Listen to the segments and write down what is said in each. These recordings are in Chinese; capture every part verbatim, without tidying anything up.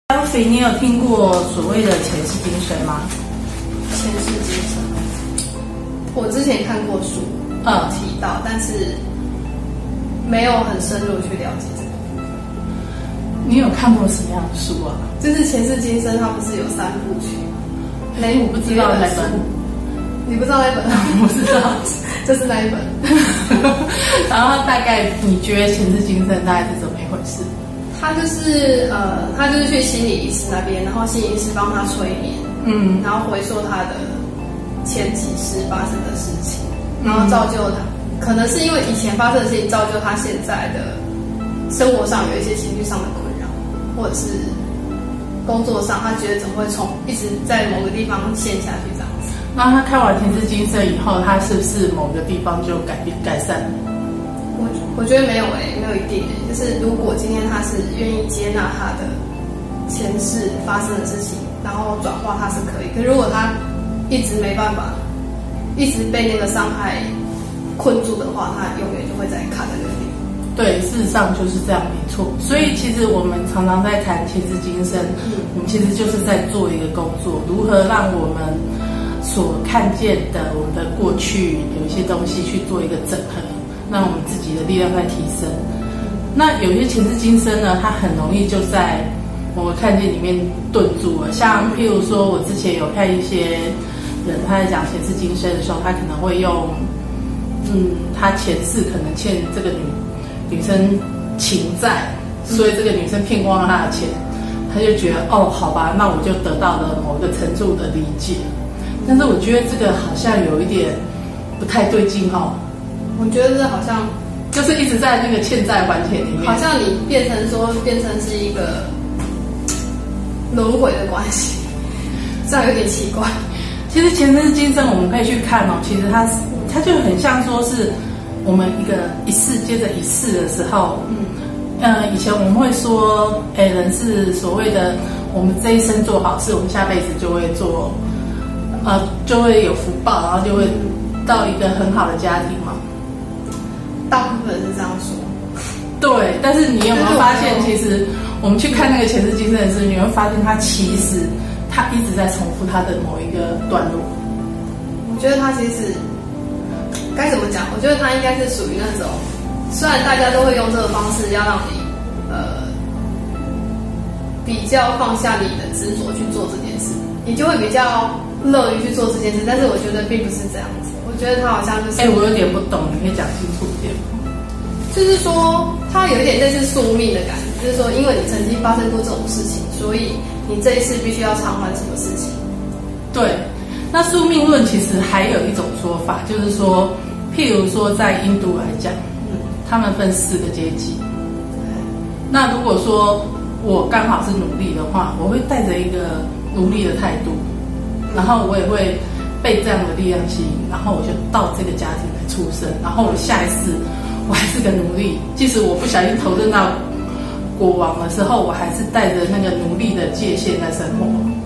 Alfie，你有听过所谓的前世今生吗？ 前世今生，我之前看过书， 嗯， 提到，但是没有很深入去了解这个。 你有看过什么样的书啊？ 就是前世今生，它不是有三部曲吗？ 哎，我不知道那本， 你不知道那本？ 我知道， 就是那一本。 然后大概你觉得前世今生大概是怎么一回事？ 他就是呃，他就是去心理医师那边，然后心理医师帮他催眠，嗯，然后回溯他的前几世发生的事情，然后造就他，可能是因为以前发生的事情造就他现在的生活上有一些情绪上的困扰，或者是工作上，他觉得怎么会从一直在某个地方陷下去这样子。 那他看完前世今生以后，他是不是某个地方就改变改善了？ 我我觉得没有诶、欸，没有一定诶、欸。就是如果今天他是愿意接纳他的前世发生的事情，然后转化，他是可以。可如果他一直没办法，一直被那个伤害困住的话，他永远就会在卡在那个地方。 对，事实上就是这样，没错。所以其实我们常常在谈前世今生，嗯，我们其实就是在做一个工作，如何让我们所看见的我们的过去有一些东西去做一个整合。让我们自己的力量在提升。那有些前世今生呢，它很容易就在我们看见里面顿住了。像譬如说，我之前有看一些人他在讲前世今生的时候，他可能会用，嗯，他前世可能欠这个女女生情债，所以这个女生骗光了他的钱，他就觉得哦，好吧，那我就得到了某个程度的理解。但是我觉得这个好像有一点不太对劲哦。 我觉得这好像就是一直在那个欠债还钱里面， 好像你变成说变成是一个轮回的关系，这样有点奇怪。 其实前世今生我们可以去看哦，其实它它就很像说是我们一个一世接着一世的时候，嗯，呃，以前我们会说，哎，人是所谓的我们这一生做好事，我们下辈子就会做，呃，就会有福报，然后就会到一个很好的家庭嘛。 大部分人是这样说， 对，但是你有没有发现，其实我们去看那个前世今生的时候，你会发现他其实他一直在重复他的某一个段落。 我觉得他其实该怎么讲？我觉得他应该是属于那种，虽然大家都会用这个方式要让你呃比较放下你的执着去做这件事，你就会比较乐于去做这件事。但是我觉得并不是这样子。我觉得他好像就是， 哎、欸，我有点不懂，你可以讲清楚一点。 就是说，他有一点类似宿命的感觉，就是说，因为你曾经发生过这种事情，所以你这一次必须要偿还什么事情。 对，那宿命论其实还有一种说法，就是说，譬如说在印度来讲，嗯，他们分四个阶级。那如果说我刚好是奴隶的话，我会带着一个奴隶的态度，然后我也会被这样的力量吸引，然后我就到这个家庭来出生，然后我下一次我还是个奴隶，即使我不小心投身到国王的时候，我还是带着那个奴隶的界限在生活。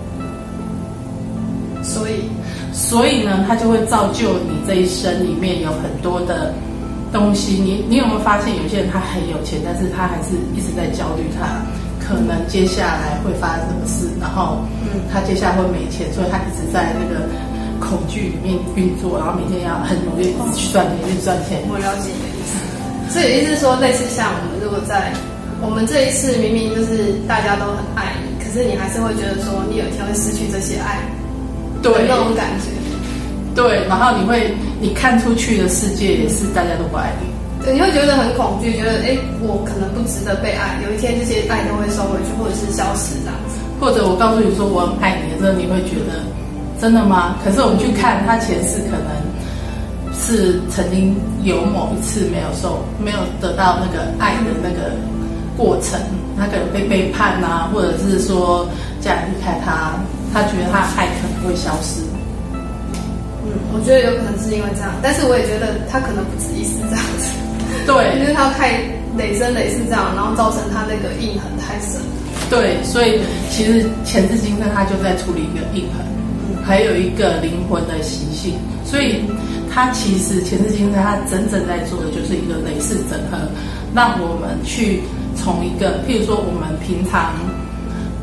所以， 所以呢，它就会造就你这一生里面有很多的东西。你你有没有发现，有些人他很有钱，但是他还是一直在焦虑他可能接下来会发生什么事，然后嗯，他接下来会没钱，所以他一直在那个恐惧里面运作，然后每天要很努力去赚钱，去赚钱。 我了解你的意思，所以意思是说，类似像我们如果在我们这一次明明就是大家都很爱你，可是你还是会觉得说，你有一天会失去这些爱，对那种感觉。 对，然后你会你看出去的世界也是大家都不爱你。 对，你会觉得很恐惧，觉得哎，我可能不值得被爱，有一天这些爱都会收回去，或者是消失这样子。 或者我告诉你说我很爱你的时候，你会觉得真的吗？可是我们去看他前世可能是曾经有某一次没有受，没有得到那个爱的那个过程，他可能被背叛啊，或者是说家人离开他，他觉得他的爱可能会消失。 嗯，我觉得有可能是因为这样，但是我也觉得他可能不止一次这样子。 对， 因为他太累生累世这样，然后造成他那个印痕太深。 对，所以其实前世今生他就在处理一个印痕，嗯，还有一个灵魂的习性，所以他其实前世今生他真正在做的就是一个累世整合，让我们去从一个，譬如说我们平常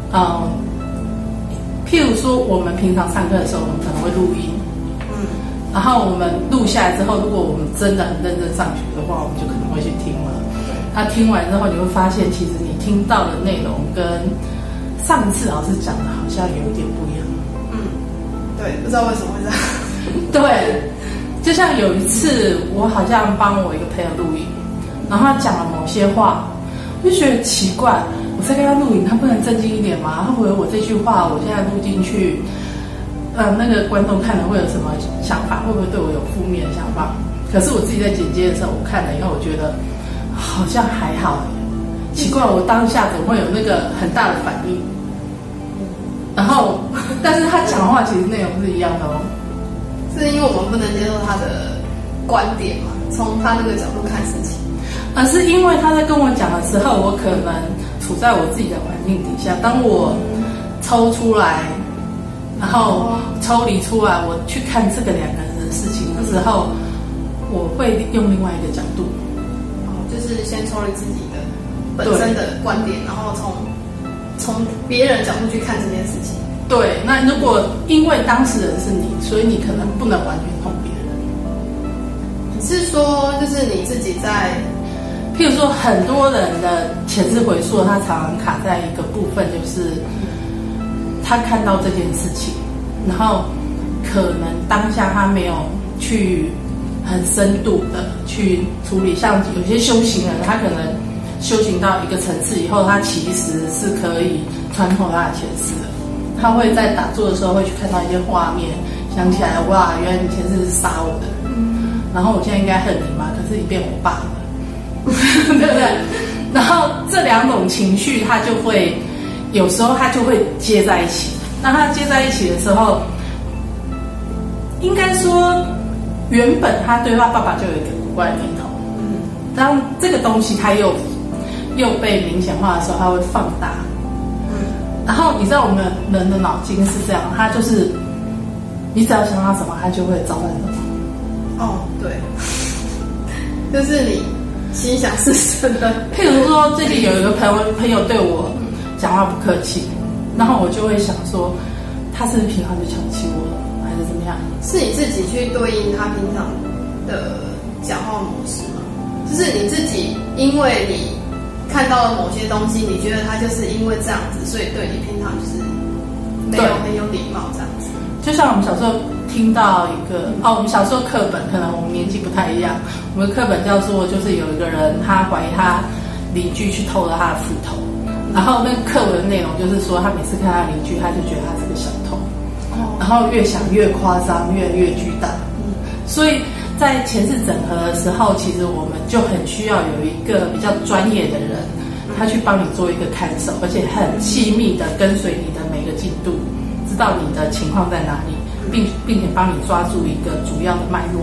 呃，譬如说我们平常上课的时候，我们可能会录音，嗯，然后我们录下来之后，如果我们真的很认真上学的话，我们就可能会去听嘛。那听完之后，你会发现，其实你听到的内容跟上一次老师讲的好像有一点不一样。 嗯，对，不知道为什么会这样。 对，就像有一次，我好像帮我一个朋友录影，然后他讲了某些话，我就觉得奇怪，我在跟他录影，他不能正经一点吗？他回我这句话，我现在录进去，呃，那个观众看了会有什么想法？会不会对我有负面的想法？可是我自己在剪接的时候，我看了以后，我觉得好像还好。奇怪，我当下怎么会有那个很大的反应？然后，但是他讲的话其实内容是一样的哦。 是因为我们不能接受他的观点嘛？从他那个角度看事情， 而是因为他在跟我讲的时候，我可能处在我自己的环境底下，当我抽出来，然后抽离出来，我去看这个两个人的事情的时候，我会用另外一个角度， 哦，就是先抽离自己的本身的观点，然后从从别人角度去看这件事情。 对，那如果因为当事人是你，所以你可能不能完全碰别人。 你是说，就是你自己在， 譬如说，很多人的前世回溯，他常常卡在一个部分，就是他看到这件事情，然后可能当下他没有去很深度的去处理。像有些修行人，他可能修行到一个层次以后，他其实是可以穿透他的前世的。他会在打坐的时候会去看到一些画面，想起来哇，原来你前世是杀我的，嗯，然后我现在应该恨你嘛，可是你变我爸了，对不对？然后这两种情绪，他就会有时候他就会接在一起。那他接在一起的时候，应该说原本他对他爸爸就有一个古怪的念头，嗯，当这个东西他又又被明显化的时候，他会放大。然后你知道我们人的脑筋是这样，他就是你只要想到什么，他就会召唤什么。 哦，对，就是你心想事成的。 譬如说，最近有一个朋友朋友对我讲话不客气，然后我就会想说，他是不是平常就瞧不起我了，还是怎么样？ 是你自己去对应他平常的讲话模式吗？就是你自己，因为你看到了某些东西，你觉得他就是因为这样子，所以对你平常就是没有很有礼貌这样子。 就像我们小时候听到一个哦，我们小时候课本可能我们年纪不太一样，我们的课本叫做就是有一个人他怀疑他邻居去偷了他的斧头，然后那个课文内容就是说他每次看他邻居，他就觉得他是个小偷，然后越想越夸张，越来越巨大。所以在前世整合的时候，其实我们就很需要有一个比较专业的人，他去帮你做一个看守，而且很细密的跟随你的每个进度，知道你的情况在哪里，并并且帮你抓住一个主要的脉络。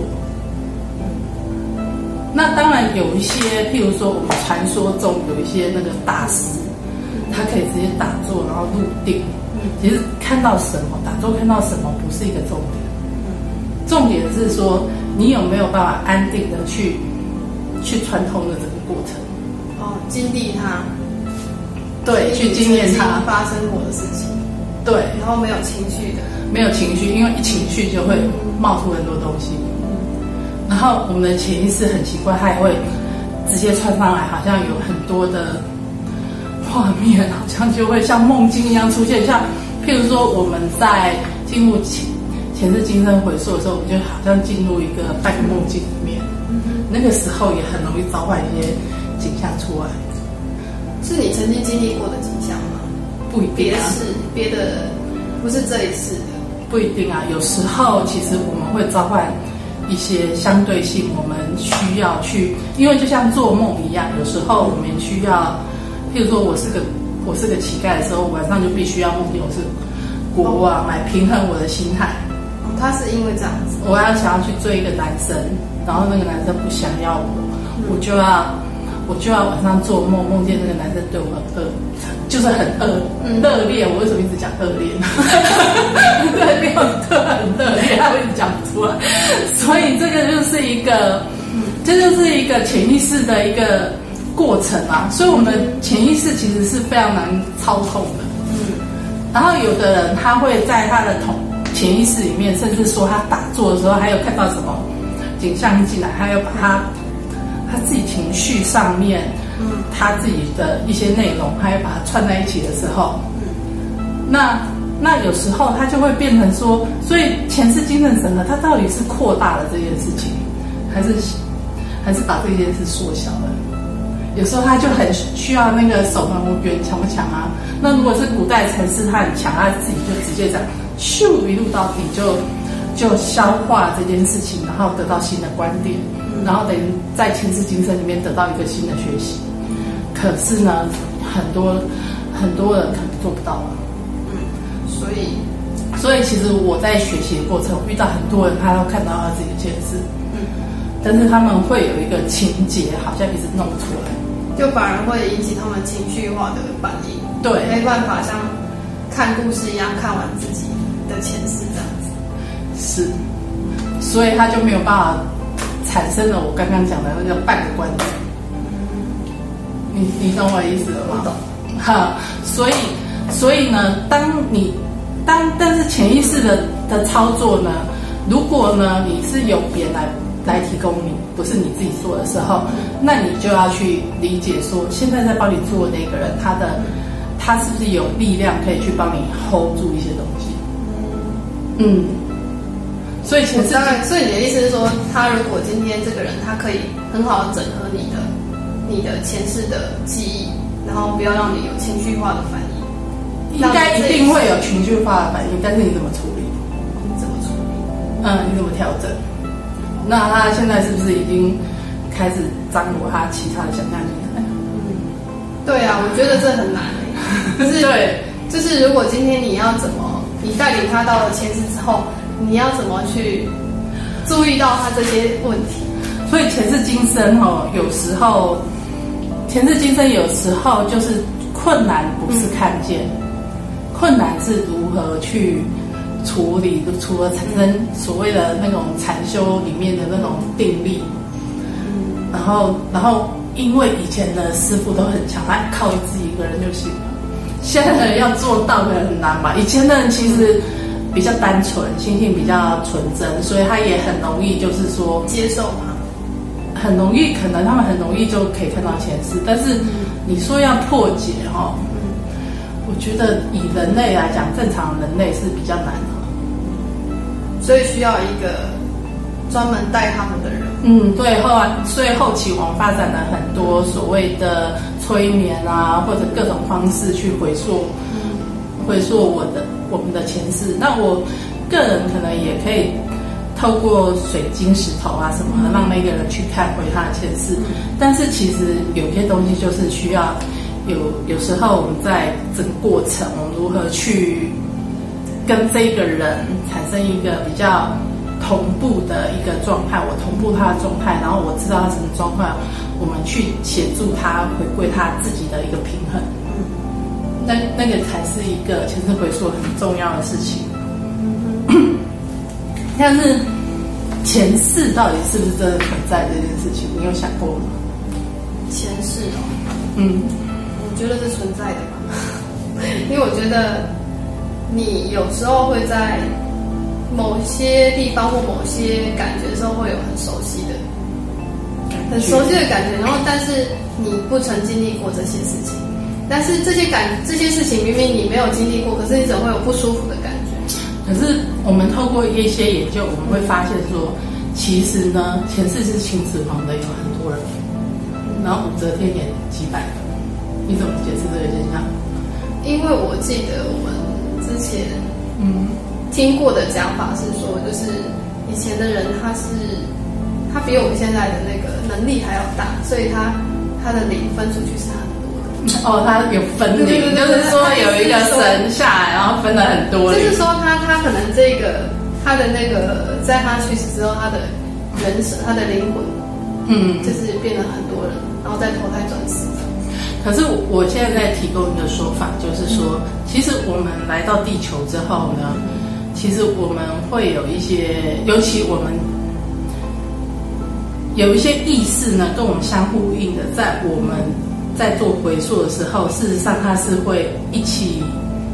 那当然有一些，譬如说我们传说中有一些那个大师，他可以直接打坐然后入定。其实看到什么，打坐看到什么不是一个重点，重点是说你有没有办法安定的去去穿透的整个过程。 哦，经历它， 对，去经验它发生过的事情， 对， 然后没有情绪的， 没有情绪，因为一情绪就会冒出很多东西。然后我们的潜意识很奇怪，它也会直接穿上来，好像有很多的画面，好像就会像梦境一样出现。像譬如说我们在进入前前世今生回溯的时候，我们就好像进入一个半个梦境里面，那个时候也很容易召唤一些景象出来。 是你曾经经历过的景象吗？ 不一定啊， 别是别的，不是这一次的， 不一定啊。有时候其实我们会召唤一些相对性，我们需要去，因为就像做梦一样，有时候我们需要，譬如说我是个我是个乞丐的时候，晚上就必须要梦见我是国王来平衡我的心态。 哦，他是因为这样子， 我要想要去追一个男生，然后那个男生不想要我，嗯、我就要我就要晚上做梦，梦见那个男生对我很恶，就是很恶热烈。我为什么一直讲恶劣呢？对，没有特很热烈，他会讲不出来。所以这个就是一个，这就是一个潜意识的一个过程啊。所以我们的潜意识其实是非常难操控的。嗯， 然后有的人他会在他的同潜意识里面，甚至说他打坐的时候，还有看到什么景象一进来，还有把他他自己情绪上面，嗯，他自己的一些内容，还有把它串在一起的时候，嗯，那那有时候他就会变成说，所以前世今生神呢，他到底是扩大了这件事情，还是还是把这件事缩小了？有时候他就很需要那个守门无缘强不强啊？那如果是古代城市，他很强，他自己就直接这样咻一路到底就就消化这件事情，然后得到新的观点，然后等于在前世今生里面得到一个新的学习。可是呢，很多很多人可能做不到了。 嗯，所以所以其实我在学习的过程，遇到很多人，他都看到他自己的前世，嗯，但是他们会有一个情节，好像一直弄不出来。 就反而会引起他们情绪化的反应， 对， 没办法像看故事一样看完自己的前世这样子。 是，所以他就没有办法产生了我刚刚讲的那个半个观点。你你懂我意思了吗？ 我懂。 哈，所以所以呢，当你当但是潜意识的的操作呢，如果呢你是有别人来来提供你，不是你自己做的时候，那你就要去理解说，现在在帮你做的那个人，他的他是不是有力量可以去帮你 hold 住一些东西？嗯，所以前世， 所以你的意思是说，他如果今天这个人，他可以很好的整合你的你的前世的记忆，然后不要让你有情绪化的反应， 应该一定会有情绪化的反应，但是你怎么处理？ 你怎么处理？ 嗯，你怎么调整？那他现在是不是已经开始张罗他其他的想象力了？ 嗯，对啊，我觉得这很难。就是对， 就是如果今天你要怎么，你带领他到了前世之后，你要怎么去注意到他这些问题？ 所以前世今生哦，有时候前世今生有时候就是困难，不是看见，嗯、困难是如何去处理，除了产生所谓的那种禅修里面的那种定力，嗯、然后然后因为以前的师父都很强，他靠自己一个人就行了。现在的人要做到可能很难吧？以前的人其实比较单纯，心性比较纯真，所以他也很容易就是说接受嘛， 很容易，可能他们很容易就可以看到前世。但是你说要破解哈、哦，我觉得以人类来讲，正常人类是比较难的。 所以需要一个专门带他们的人。 嗯，对，后来所以后期我们发展了很多所谓的催眠啊，或者各种方式去回溯，嗯、回溯我的我们的前世。那我个人可能也可以透过水晶石头啊什么的，让那个人去看回他的前世。但是其实有些东西就是需要有有时候我们在整个过程，我们如何去跟这个人产生一个比较同步的一个状态，我同步他的状态，然后我知道他什么状况，我们去协助他回归他自己的一个平衡。那那个才是一个前世回溯很重要的事情。但是前世到底是不是真的存在这件事情，你有想过吗？ 前世哦， 嗯， 我觉得是存在的吧，因为我觉得你有时候会在某些地方或某些感觉的时候，会有很熟悉的、很熟悉的感觉，然后但是你不曾经历过这些事情，但是这些感这些事情明明你没有经历过，可是你总会有不舒服的感觉。 可是我们透过一些研究，我们会发现说，其实呢，前世是秦始皇的有很多人，然后武则天也几百个，你怎么解释这个现象？ 因为我记得我们之前嗯听过的讲法是说，就是以前的人他是他比我们现在的那个能力还要大，所以他他的灵分出去是很多的。 哦，他有分灵，就是说有一个神下来，然后分了很多灵。 就是说他他可能这个他的那个在他去世之后，他的元神他的灵魂，嗯，就是变了很多人，然后再投胎转世。 可是我现在在提供一个说法，就是说，其实我们来到地球之后呢，其实我们会有一些，尤其我们有一些意识呢，跟我们相呼应的，在我们在做回溯的时候，事实上它是会一起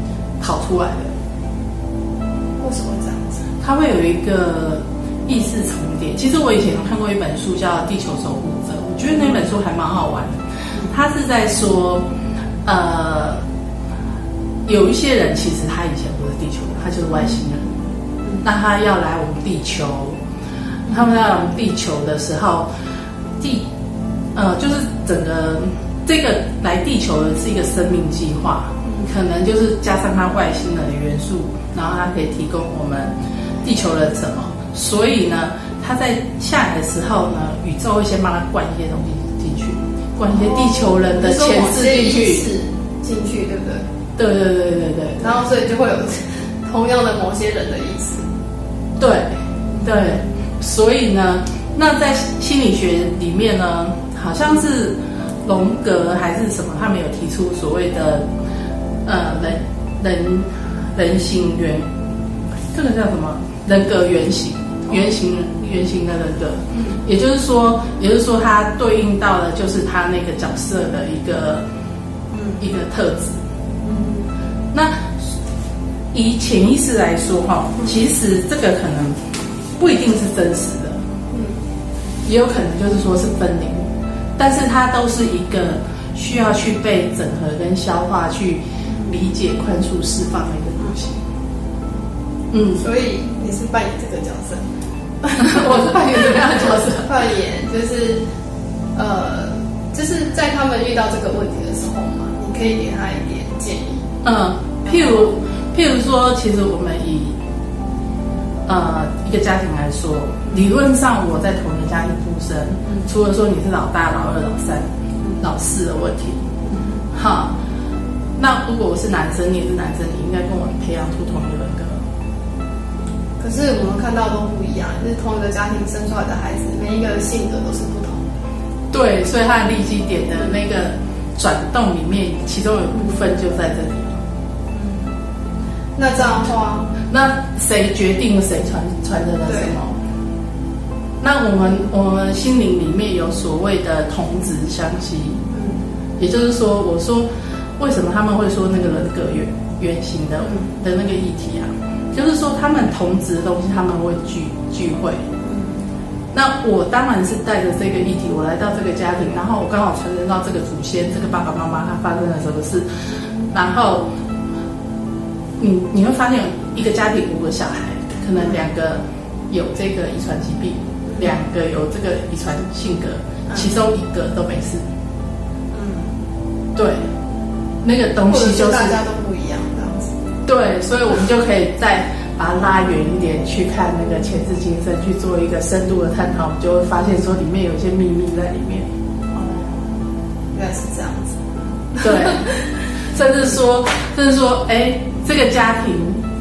跑出来的。 为什么这样子？ 它会有一个意识重叠。其实我以前有看过一本书叫《地球守护者》，我觉得那本书还蛮好玩的。他是在说，呃，有一些人其实他以前不是地球人，他就是外星人。那他要来我们地球，他们要来我们地球的时候，地呃就是整个这个来地球的是一个生命计划，可能就是加上他外星人的元素，然后他可以提供我们地球人什么。所以呢，他在下来的时候呢，宇宙会先帮他灌一些东西进去，灌一些地球人的前世进去， 进去，对不对？ 对对对对对。 然后所以就会有同样的某些人的意思。 对对，所以呢，那在心理学里面呢，好像是荣格还是什么，他们有提出所谓的呃人人人形原，这个叫什么人格原型。原型原型的人格，嗯，也就是说，也就是说，它对应到的就是他那个角色的一个，嗯，一个特质。嗯，那以潜意识来说，哈，其实这个可能不一定是真实的，嗯，也有可能就是说是分离，但是它都是一个需要去被整合跟消化、去理解、宽恕、释放的一个东西。嗯， 所以你是扮演这个角色。 我是扮演什么样的角色？ 扮演就是，呃，就是在他们遇到这个问题的时候嘛，你可以给他一点建议。嗯， 譬如譬如说，其实我们以呃一个家庭来说，理论上我在同一个家庭出生，嗯、除了说你是老大、老二、老三、嗯、老四的问题，哈、嗯，那如果我是男生，你也是男生，你应该跟我培养出同一个人格。 可是我们看到都不一样，就是同一个家庭生出来的孩子，每一个性格都是不同的。 对，所以他的立基点的那个转动里面，其中有部分就在这里。 嗯，那这样的话， 那谁决定谁传传承了什么？那我们我们心灵里面有所谓的同质相吸，嗯，也就是说，我说为什么他们会说那个人格原原型的的那个议题啊？就是说，他们同质的东西，他们会聚聚会。那我当然是带着这个议题，我来到这个家庭，然后我刚好传承到这个祖先，这个爸爸妈妈他发生了什么事，然后你你会发现，一个家庭五个小孩，可能两个有这个遗传疾病，两个有这个遗传性格，其中一个都没事。嗯，对，那个东西就是大家都不一样。 对，所以我们就可以再把它拉远一点，去看那个前世今生，去做一个深度的探讨，我们就会发现说里面有一些秘密在里面。 哦，原来是这样子。 对，甚至说，甚至说，哎，这个家庭，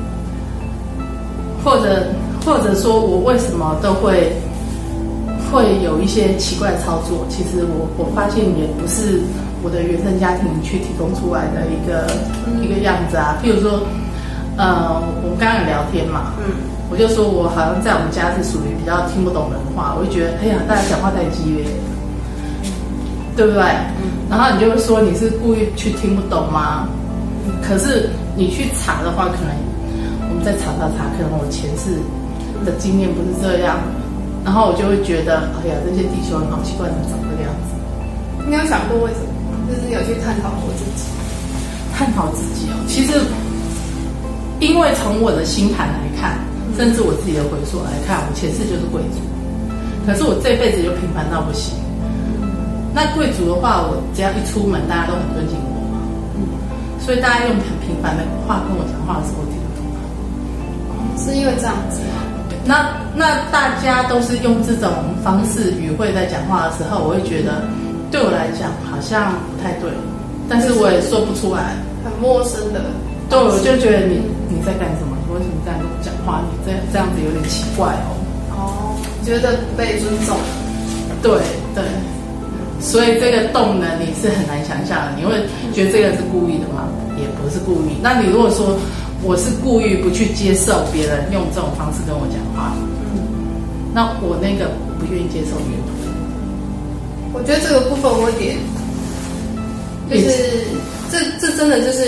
或者或者说我为什么都会会有一些奇怪的操作？其实我我发现也不是我的原生家庭去提供出来的一个、嗯、一个样子啊，譬如说，呃，我们刚刚有聊天嘛，嗯，我就说我好像在我们家是属于比较听不懂人话，我就觉得，哎呀，大家讲话太激烈，对不对？嗯，然后你就会说你是故意去听不懂吗？嗯、可是你去查的话，可能我们再查查查，可能我前世的经验不是这样，然后我就会觉得，哎呀，这些地球人好奇怪，怎么长这个样子？ 你有想过为什么？就是有去探讨过自己， 探讨自己哦。其实，因为从我的星盘来看，嗯、甚至我自己的回溯来看，我前世就是贵族，可是我这辈子就平凡到不行。嗯、那贵族的话，我只要一出门，大家都很尊敬我嘛。嗯，所以大家用很平凡的话跟我讲话的时候，我听不懂。 是因为这样子吗？ 那那大家都是用这种方式语汇在讲话的时候，我会觉得。对我来讲好像不太对，但是我也说不出来， 很陌生的。 对，我就觉得你你在干什么？你为什么这样跟我讲话？你这这样子有点奇怪哦。 哦，觉得不被尊重。 对对，所以这个动能你是很难想象的。你会觉得这个是故意的吗？也不是故意。那你如果说我是故意不去接受别人用这种方式跟我讲话，嗯，那我那个不愿意接受阅读。 我觉得这个部分我有点，就是这这真的就是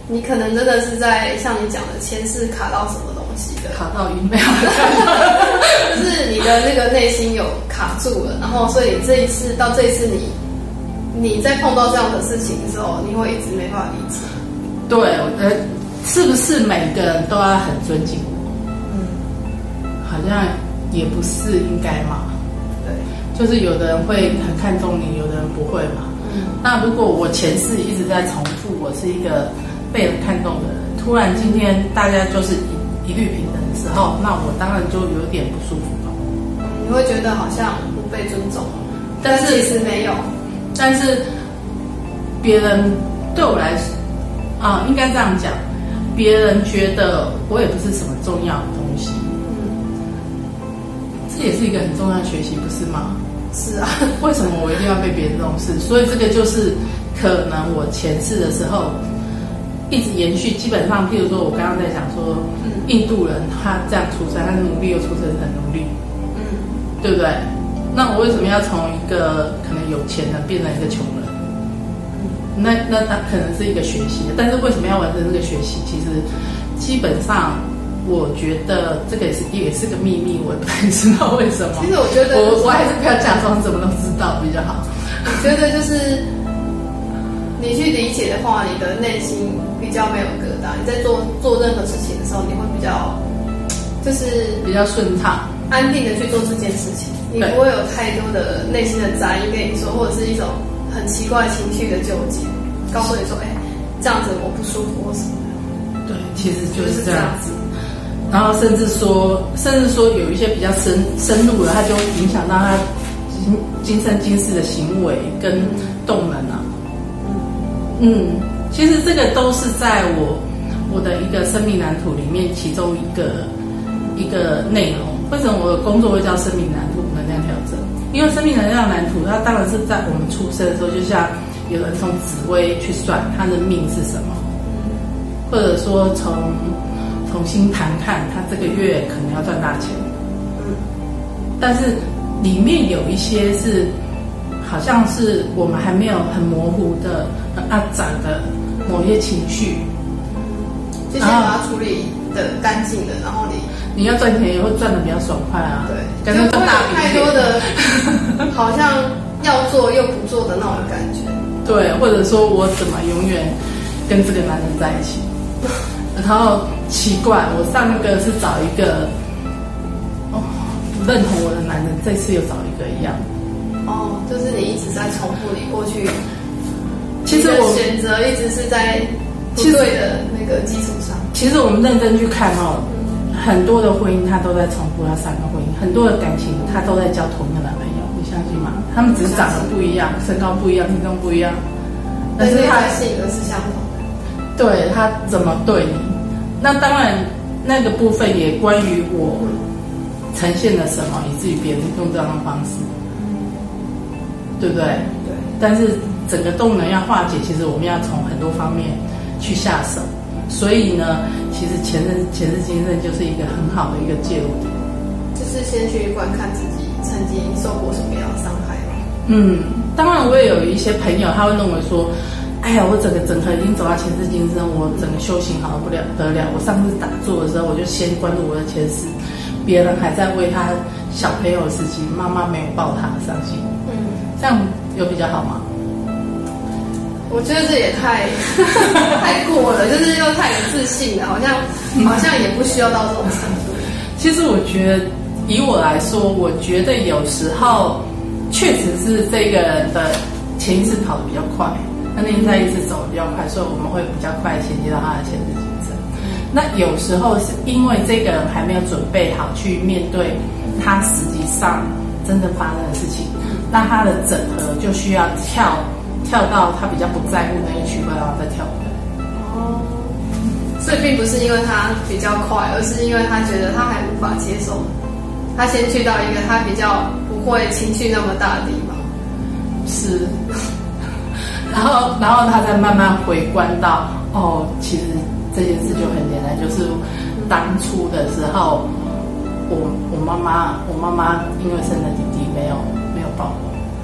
你可能真的是在像你讲的前世卡到什么东西的， 卡到阴没有， 就是你的那个内心有卡住了，然后所以这一次到这一次你你在碰到这样的事情的时候，你会一直没办法理解。 对，我觉得是不是每个人都要很尊敬我？嗯，好像也不是应该嘛。 对， 就是有的人会很看重你，有的人不会嘛。嗯，那如果我前世一直在重复，我是一个被人看重的人，突然今天大家就是一一律平等的时候，那我当然就有点不舒服了。 你会觉得好像不被尊重， 但是其实没有。 但是别人对我来说，啊，应该这样讲，别人觉得我也不是什么重要的东西。嗯，这也是一个很重要的学习，不是吗？ 是啊。 为什么我一定要被别人重视？所以这个就是可能我前世的时候一直延续。基本上，譬如说我刚刚在讲说，嗯，印度人他这样出生，他奴隶又出生成奴隶，嗯，对不对？那我为什么要从一个可能有钱人变成一个穷人？那那他可能是一个学习，但是为什么要完成这个学习？其实基本上，我觉得这个也是也是个秘密，我也不太知道为什么。 其实我觉得、 就是，我我还是不要假装什么都知道比较好。 我觉得就是你去理解的话，你的内心比较没有疙瘩。你在做做任何事情的时候，你会比较就是比较顺畅、 安定的去做这件事情，你不会有太多的内心的杂音跟你说，或者是一种很奇怪情绪的纠结，告诉你说，哎、欸，这样子我不舒服或什么的。 对，其实就是这样子。然后甚至说，甚至说有一些比较深深入的，它就影响到他今今生今世的行为跟动能啊。嗯，其实这个都是在我我的一个生命蓝图里面其中一个一个内容。为什么我的工作会叫生命蓝图能量调整？因为生命能量蓝图，它当然是在我们出生的时候，就像有人从紫微去算他的命是什么，或者说从重新谈看他这个月可能要赚大钱。嗯，但是里面有一些是好像是我们还没有很模糊的、很暗展的某些情绪， 就先把它处理的干净的，然后你你要赚钱也会赚的比较爽快啊。 对， 感觉赚大饼太多的好像要做又不做的那种感觉。 对，或者说我怎么永远跟这个男人在一起？然后奇怪，我上个是找一个哦不认同我的男人，这次又找一个一样。 哦，就是你一直在重复你过去， 其实我选择一直是在不对的那个基础上。 其实我们认真去看哦，很多的婚姻他都在重复他上个婚姻，很多的感情他都在交同一个男朋友，你相信吗？他们只是长得不一样，身高不一样，体重不一样， 但是他的性格是相同的。 对，他怎么对你？那当然，那个部分也关于我呈现了什么，以至于别人用这样的方式，对不对？ 对。 但是整个动能要化解，其实我们要从很多方面去下手。所以呢，其实前任、前世今生就是一个很好的一个介入点， 就是先去观看自己曾经受过什么样的伤害嘛。 嗯，当然我也有一些朋友，他会认为说，哎呀，我整个整个已经走到前世今生，我整个修行好不了得了。我上次打坐的时候，我就先关注我的前世，别人还在为他小朋友的事情，妈妈没有抱他伤心。嗯，这样有比较好吗？ 我觉得这也太太过了，就是又太有自信了，好像好像也不需要到这种程度。 其实我觉得，以我来说，我觉得有时候确实是这个人的前一次跑得比较快，他内在一直走得比较快，所以我们会比较快衔接到他的前世今生。那有时候是因为这个人还没有准备好去面对他实际上真正发生的事情，那他的整合就需要跳。跳到他比较不在乎那一区块，然后再跳回来。 哦，所以并不是因为他比较快，而是因为他觉得他还无法接受，他先去到一个他比较不会情绪那么大的地方。 是，然后然后他再慢慢回观到，哦，其实这件事就很简单，就是当初的时候，我我妈妈我妈妈因为生了弟弟没有没有抱我。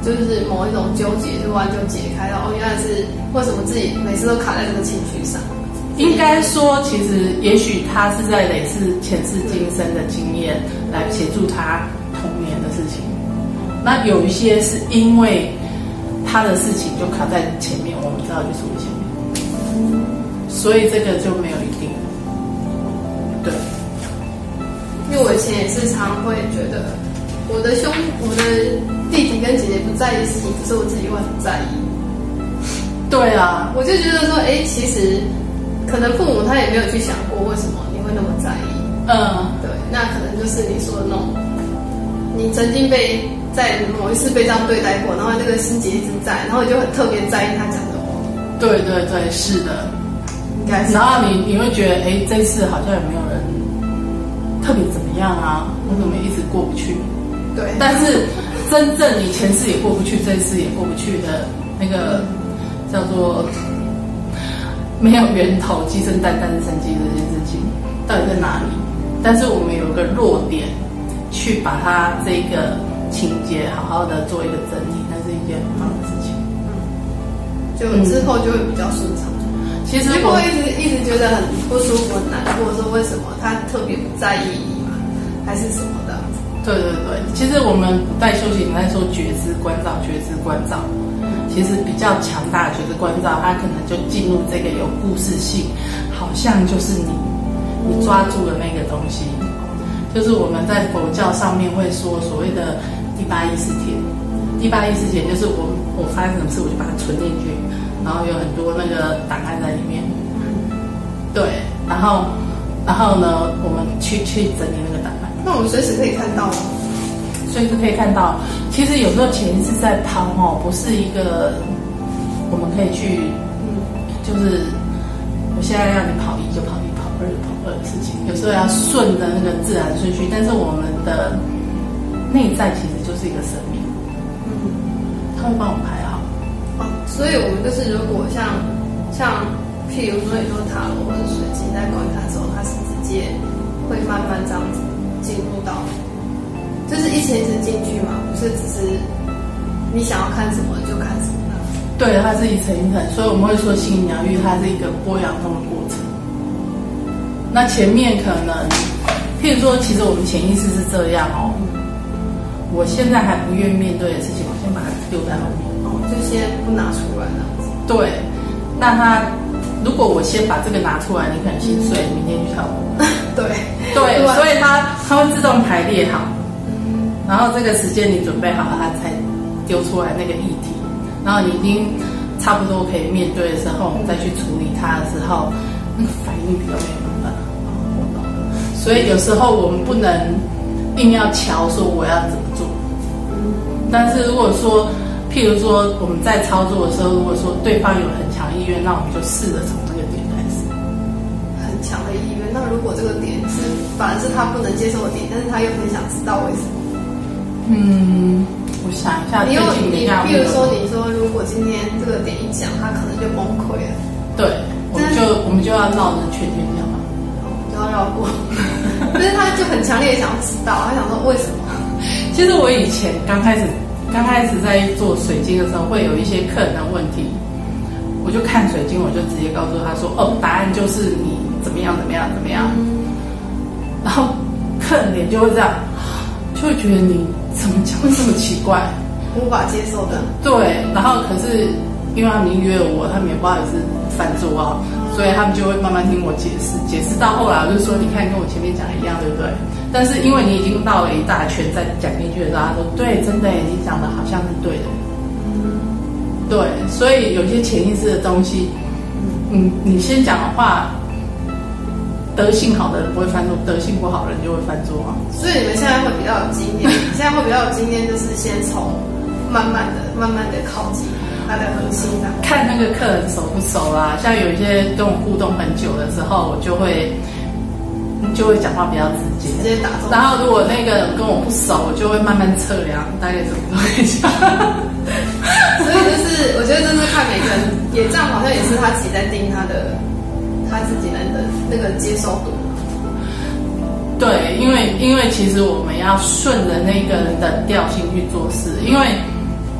就是某一种纠结突然就解开了，哦，原来是为什么自己每次都卡在这个情绪上。 应该说，其实也许他是在累世前世今生的经验来协助他童年的事情。那有一些是因为他的事情就卡在前面，我们知道就处理前面，所以这个就没有一定。对， 因为我以前也是常会觉得，我的兄、我的弟弟跟姐姐不在意的事情，可是我自己会很在意。 对啊， 我就觉得说，哎，其实可能父母他也没有去想过为什么你会那么在意。 嗯， 对，那可能就是你说的那种，你曾经被在某一次被这样对待过，然后那个心结一直在，然后你就很特别在意他讲的话。 对对对，是的， 应该是。 然后你你会觉得，哎，这次好像也没有人特别怎么样啊，我怎么一直过不去？ 对， 但是真正你前世也过不去，这次也过不去的那个叫做没有源头，鸡生蛋，蛋生鸡这件事情到底在哪里？但是我们有一个弱点，去把它这个情节好好的做一个整理，那是一件很棒的事情。 就之后就会比较顺畅。 其实我一直一直觉得很不舒服、很难过，说为什么他特别不在意你嘛，还是什么的？ 对对对，其实我们古代修行在说觉知关照，觉知关照，其实比较强大的觉知关照，它可能就进入这个有故事性，好像就是你你抓住了那个东西，就是我们在佛教上面会说所谓的第八意识田，第八意识田就是我我发生什么事我就把它存进去，然后有很多那个档案在里面，对，然后然后呢，我们去去整理那个档案。 那我们随时可以看到吗？ 随时可以看到。其实有时候潜意识在跑哦，不是一个我们可以去，嗯，就是我现在让你跑一就跑一，跑二就跑二的事情。有时候要顺着那个自然顺序，但是我们的内在其实就是一个生命，嗯，他会帮我排好。 哦，所以我们就是如果像像譬如说你说塔罗或者水晶在观看的时候，它是直接会慢慢这样子进入到，就是一层一层进去嘛，不是只是你想要看什么就看什么的。 对，它是一层一层，所以我们会说心灵疗愈它是一个剥洋葱的过程。那前面可能，譬如说，其实我们潜意识是这样哦，我现在还不愿意面对的事情，我先把它丢在后面， 哦，就先不拿出来这样子。 对，那他如果我先把这个拿出来，你可能心碎，明天去跳舞。 对对，所以它它会自动排列好，然后这个时间你准备好了，它才丢出来那个议题，然后你已经差不多可以面对的时候，我们再去处理它的时候，那个反应比较没有那么大。所以有时候我们不能硬要瞧说我要怎么做，但是如果说，譬如说我们在操作的时候，如果说对方有很强意愿，那我们就试着从那个点开始。 很强的意愿，那如果这个点是反而是他不能接受的点，但是他又很想知道为什么？ 嗯，我想一下， 你有你，比如说你说，如果今天这个点一讲，他可能就崩溃了。 对，我们就我们就要绕着圈圈讲嘛， 就要绕过。但是他就很强烈的想要知道，他想说为什么？ 其实我以前刚开始刚开始在做水晶的时候，会有一些客人的问题，我就看水晶，我就直接告诉他说，哦，答案就是你怎么样怎么样怎么样，然后客人脸就会这样，就会觉得你怎么讲这么奇怪， 无法接受的。 对，然后可是因为他们已经约了我，他们也不好意思犯错啊，所以他们就会慢慢听我解释，解释到后来我就说，你看跟我前面讲的一样，对不对？但是因为你已经绕了一大圈，再讲进去的时候，他说对，真的，你讲的好像是对的。对，所以有些潜意识的东西，嗯，你先讲的话，德性好的人不会犯错，德性不好的人就会犯错啊。 所以你们现在会比较有经验，现在会比较有经验，就是先从慢慢的、慢慢的靠近他的核心的， 看那个客人熟不熟啦。像有一些跟我互动很久的时候，我就会就会讲话比较直接， 直接打中。 然后如果那个跟我不熟，我就会慢慢测量大概怎么做一下。 所以就是，我觉得这是看每个人，也这样好像也是他自己在定他的他自己人的那个接受度。 对，因为因为其实我们要顺着那个人的调性去做事，因为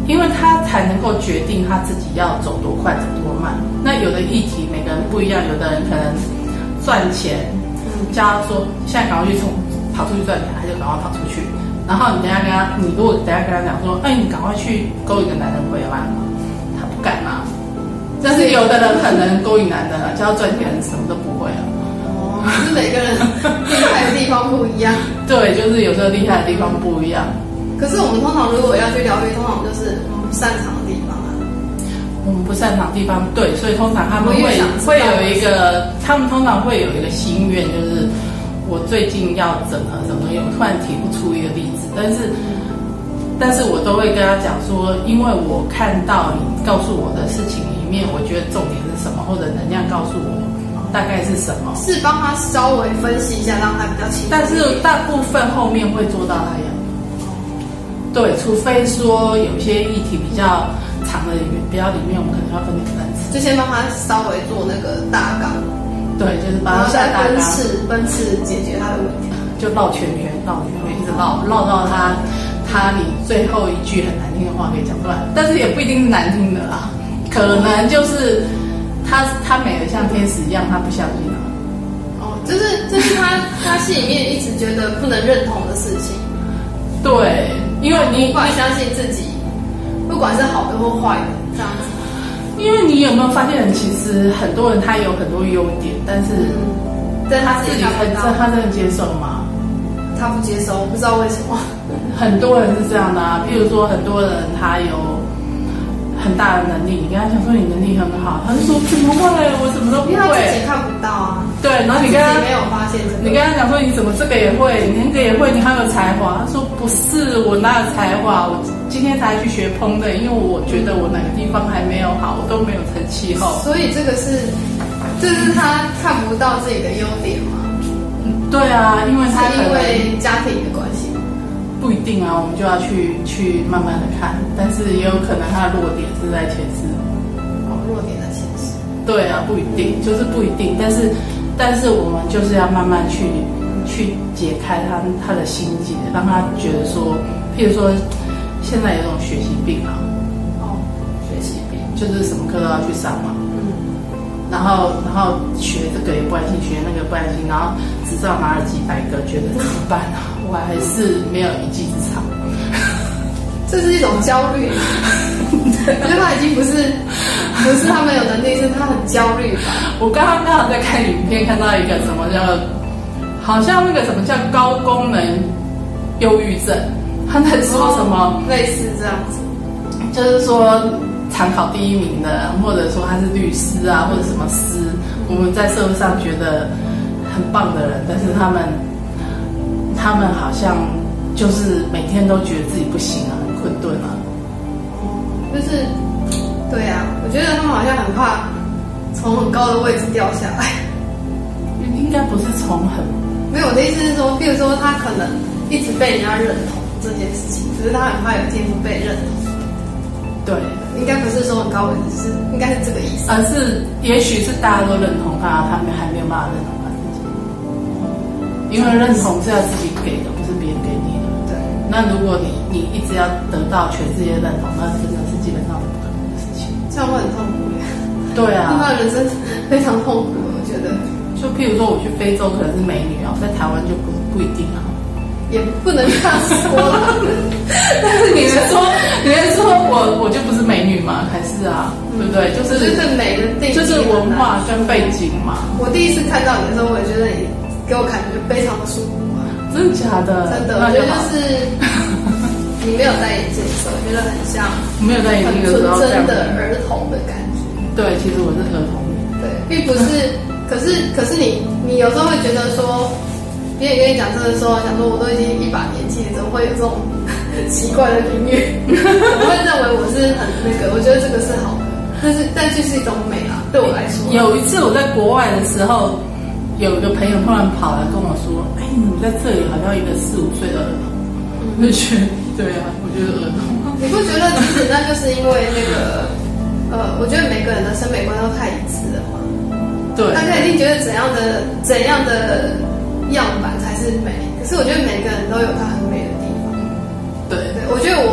因为他才能够决定他自己要走多快走多慢。那有的议题每个人不一样，有的人可能赚钱，叫他说现在赶快去冲跑出去赚钱，他就赶快跑出去。然后你等一下跟他，你如果等一下跟他讲说，哎，你赶快去勾一个男人回来嘛，他不敢啊。但是有的人很能勾引男人啊，叫他赚钱什么都不会啊。 哦，是每个人厉害的地方不一样。 对，就是有时候厉害的地方不一样。 可是我们通常如果要去疗愈，通常就是我们不擅长的地方啊。 我们不擅长的地方，对，所以通常他们会会有一个，他们通常会有一个心愿，就是我最近要整合什么东西，我突然提不出一个例子，但是，但是我都会跟他讲说，因为我看到你告诉我的事情里面，我觉得重点是什么，或者能量告诉我大概是什么， 是帮他稍微分析一下，让他比较清楚。 但是大部分后面会做到那样。对，除非说有些议题比较长的里面，比较里面，我们可能要分两三次， 就先帮他稍微做那个大纲， 对，就是把它下大纲， 分次分次解决他的问题， 就绕圈圈，绕圈圈，一直绕，绕到他他你最后一句很难听的话可以讲出来，但是也不一定是难听的啦，可能就是他他美得像天使一样，他不相信啊。 哦，就是就是他他心里面一直觉得不能认同的事情。 对，因为你无法相信自己，不管是好的或坏的，这样子。 因为你有没有发现，其实很多人他有很多优点，但是， 嗯、但他自己很他真的接受吗？ 他不接受，我不知道为什么。 很多人是这样的啊，譬如说很多人他有很大的能力，你跟他讲说你能力很好，他就说怎么会，我什么都不会， 因为他自己看不到啊。 对，然后你跟他没有发现、这个， 你跟他讲说你怎么这个也会，你那个也会，你还有才华。他说不是，我哪有才华？我今天才去学烹的，因为我觉得我哪个地方还没有好，我都没有成气候。 所以这个是，这是他看不到自己的优点吗？ 对啊，因为他是因为家庭的关系。 不一定啊，我们就要去去慢慢的看，但是也有可能他的弱点是在前世。 哦，弱点在前世。对啊，不一定，就是不一定，但是。但是我们就是要慢慢去去解开他他的心结，让他觉得说，譬如说，现在有一种学习病啊， 哦，学习病就是什么课都要去上嘛，嗯，然后然后学这个也不安心，学那个不安心，然后执照拿了几百个，觉得怎么办啊？我还是没有一技之长， 这是一种焦虑。我觉得他已经不是不是他没有能力，是他很焦虑吧。 我刚刚刚好在看影片，看到一个什么叫，好像那个什么叫高功能忧郁症，他在说什么、 哦、类似这样子， 就是说常考第一名的，或者说他是律师啊，或者什么师，我们在社会上觉得很棒的人，但是他们他们好像就是每天都觉得自己不行啊，很困顿啊。 就是，对啊，我觉得他们好像很怕从很高的位置掉下来。 应该不是从很没有，我的意思是说，比如说他可能一直被人家认同这件事情，只是他很怕有一天不被认同。 对， 应该不是说很高位置，是应该是这个意思。 而是也许是大家都认同他，他们还没有办法认同他自己。因为认同是要自己给的，不是别人给你的。 对。 那如果你你一直要得到全世界认同，那真的是基本上是不可能的事情。 这样会很痛苦耶。 对啊。 他的人生非常痛苦，我觉得。 就譬如说我去非洲可能是美女啊，在台湾就不不一定啊。 也不能这样说啦。 但是你们说，你们说我我就不是美女嘛？还是啊，对不对？就是就是美的定义， 就是文化跟背景嘛。 我第一次看到你的时候，我也觉得你给我感觉非常的舒服啊。 真的假的？ 真的，我觉得就是你没有戴眼镜的时候，我觉得很像没有戴眼镜的时候很纯真的儿童的感觉。 对，其实我是儿童。 对，并不是。可是可是你你有时候会觉得说。别人跟你讲这个时候，想说我都已经一把年纪了，怎么会有这种奇怪的音乐？我会认为我是很那个，我觉得这个是好的，但是但就是一种美啦，对我来说。 有一次我在国外的时候，有一个朋友突然跑来跟我说：“哎，你们在这里好像一个四五岁的儿童。”我就觉得，对啊，我觉得儿童。 你不觉得其实那就是因为那个呃，我觉得每个人的审美观都太一致了嘛？ 对。 大家一定觉得怎样的怎样的。样板才是美，可是我觉得每个人都有他很美的地方。 对， 对，我觉得我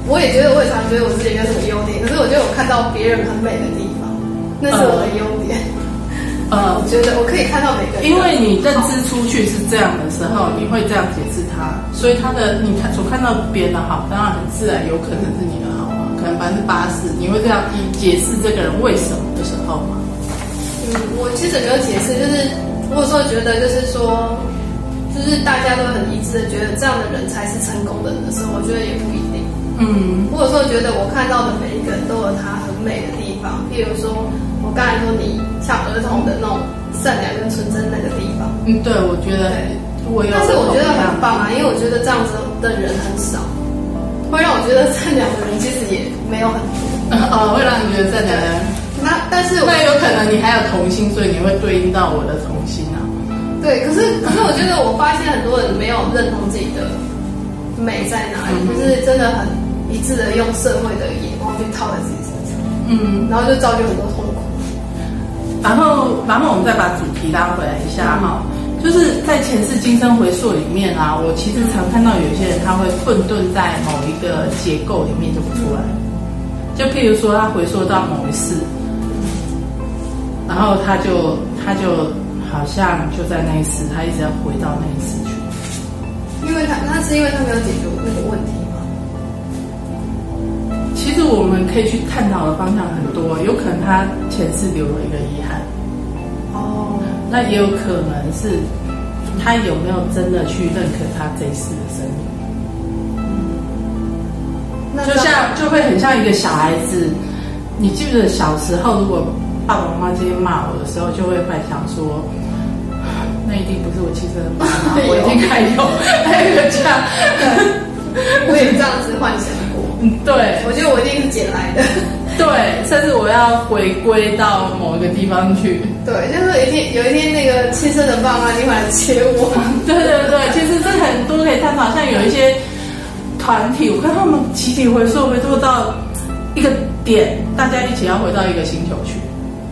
我也觉得我也常觉得我自己没有什么优点，可是我觉得我看到别人很美的地方，那是我的优点。呃，我觉得我可以看到每个人， 因为你认知出去是这样的时候，你会这样解释他，所以他的你看所看到别人的好，当然很自然有可能是你的好嘛，可能百分之八十，你会这样解释这个人为什么的时候嘛？ 嗯，我其实没有解释，就是我有时候觉得就是说，就是大家都很一致的觉得这样的人才是成功的人的时候，我觉得也不一定。嗯，我有时候觉得我看到的每一个人都有他很美的地方，譬如说我刚才说你像儿童的那种善良跟纯真那个地方。嗯， 对，我觉得我有， 但是我觉得很棒啊，因为我觉得这样子的人很少，会让我觉得善良的人其实也没有很多。 哦，会让你觉得善良的人。 那但是那有可能你还有童心，所以你会对应到我的童心啊。 对，可是可是我觉得我发现很多人没有认同自己的美在哪里，就是真的很一致的用社会的眼光去套在自己身上，嗯，然后就造就很多痛苦。 然后，然后我们再把主题拉回来一下哈，就是在前世今生回溯里面啊，我其实常看到有些人他会混沌在某一个结构里面就不出来，就譬如说他回溯到某一世，然后他就他就好像就在那一世，他一直要回到那一世去。 因为他那是因为他没有解决那个问题吗？ 其实我们可以去探讨的方向很多，有可能他前世留了一个遗憾，哦，那也有可能是他有没有真的去认可他这一世的生命。嗯，就像就会很像一个小孩子，你记不记得小时候，如果爸爸妈妈今天骂我的时候，就会幻想说，那一定不是我亲生的妈妈，我一定还有还有一个家。 我也这样子幻想过。 嗯，对， 我觉得我一定是捡来的。 对，甚至我要回归到某一个地方去。 对，就是一天有一天那个亲生的爸妈一定会来接我。 对对对，其实这很多可以探讨，像有一些团体，我看他们集体回溯回溯到一个点，大家一起要回到一个星球去。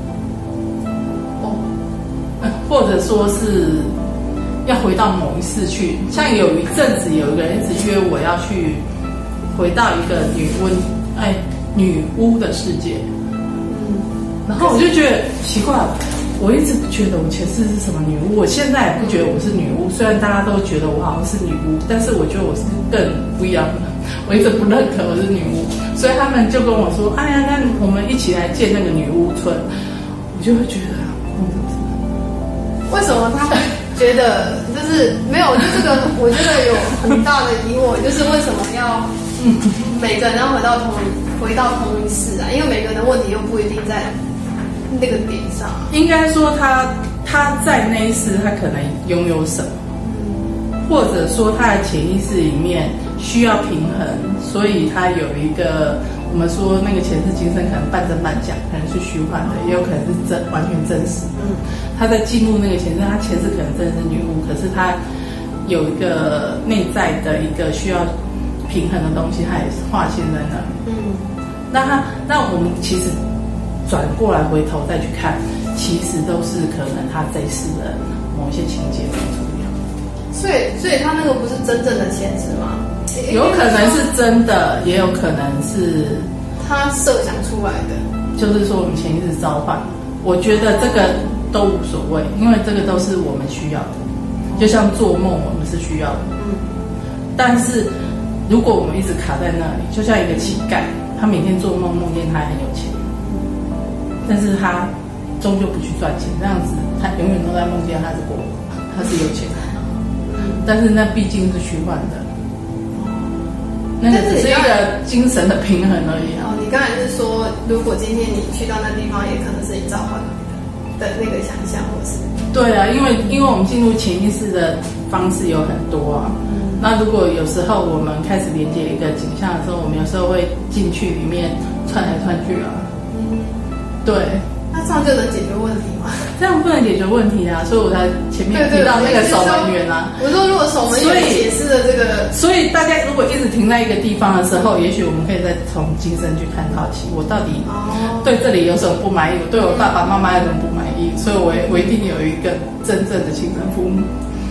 或者说是要回到某一世去，像有一阵子有一个人一直约我要去回到一个女巫，哎，女巫的世界。嗯，然后我就觉得奇怪，我一直觉得我前世是什么女巫，我现在也不觉得我是女巫。虽然大家都觉得我好像是女巫，但是我觉得我是更不一样的，我一直不认可我是女巫。所以他们就跟我说：“哎呀，那我们一起来建那个女巫村。”我就会觉得。 为什么他会觉得就是没有？就这个，我觉得有很大的疑惑，就是为什么要每个人要回到同回到同一世啊？因为每个人的问题又不一定在那个点上。应该说他他在那一世，他可能拥有什么，或者说他的潜意识里面需要平衡，所以他有一个。我们说那个前世今生可能半真半假，可能是虚幻的，也有可能是真完全真实的。嗯，他在进入那个前世，他前世可能真的是女巫，可是他有一个内在的一个需要平衡的东西，他也是化现在那里。嗯，那他那我们其实转过来回头再去看，其实都是可能他这一世的某一些情节很重要。 所以，所以他那个不是真正的前世吗？ 有可能是真的，也有可能是他设想出来的。 就是说，我们潜意识召唤，我觉得这个都无所谓，因为这个都是我们需要的。就像做梦，我们是需要的。嗯。但是，如果我们一直卡在那里，就像一个乞丐，他每天做梦，梦见他很有钱，但是他终究不去赚钱，这样子，他永远都在梦见他是国，他是有钱人。但是那毕竟是虚幻的。那个只是一个精神的平衡而已啊。 哦，你刚才是说，如果今天你去到那地方，也可能是你召唤的那个想象，或是对啊，因为因为我们进入潜意识的方式有很多啊。嗯。那如果有时候我们开始连接一个景象的时候，我们有时候会进去里面窜来窜去啊。嗯。对。 那这样就能解决问题吗？ 这样不能解决问题啊，所以我才前面提到那个守门员啊。 我说如果守门员解释的这个， 所以大家如果一直停在一个地方的时候，也许我们可以再从今生去探讨起，我到底对这里有什么不满意，我对我爸爸妈妈有什么不满意，所以我我一定有一个真正的亲生父母。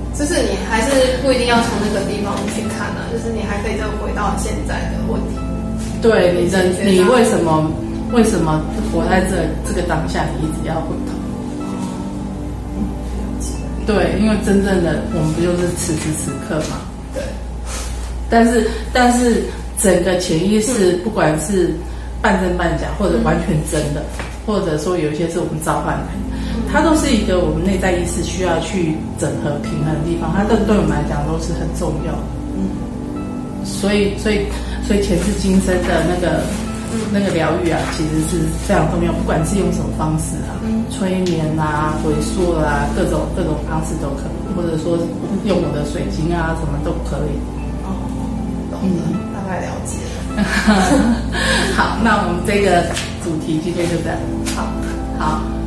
就是你还是不一定要从那个地方去看啊，就是你还可以再回到现在的问题。 对，你的你为什么为什么活在这这个当下，你一直要回头？对，因为真正的我们不就是此时此刻嘛？ 对。但是但是整个潜意识，不管是半真半假，或者完全真的，或者说有一些是我们召唤来的，它都是一个我们内在意识需要去整合平衡的地方，它都对我们来讲都是很重要的。嗯，所以所以所以前世今生的那个。那个疗愈啊，其实是非常重要，不管是用什么方式啊，嗯、催眠啊、回溯啊，各种各种方式都可以，或者说用我的水晶啊，什么都可以。 哦，懂了，嗯、大概了解了。 好，那我们这个主题今天就这样。 好， 好。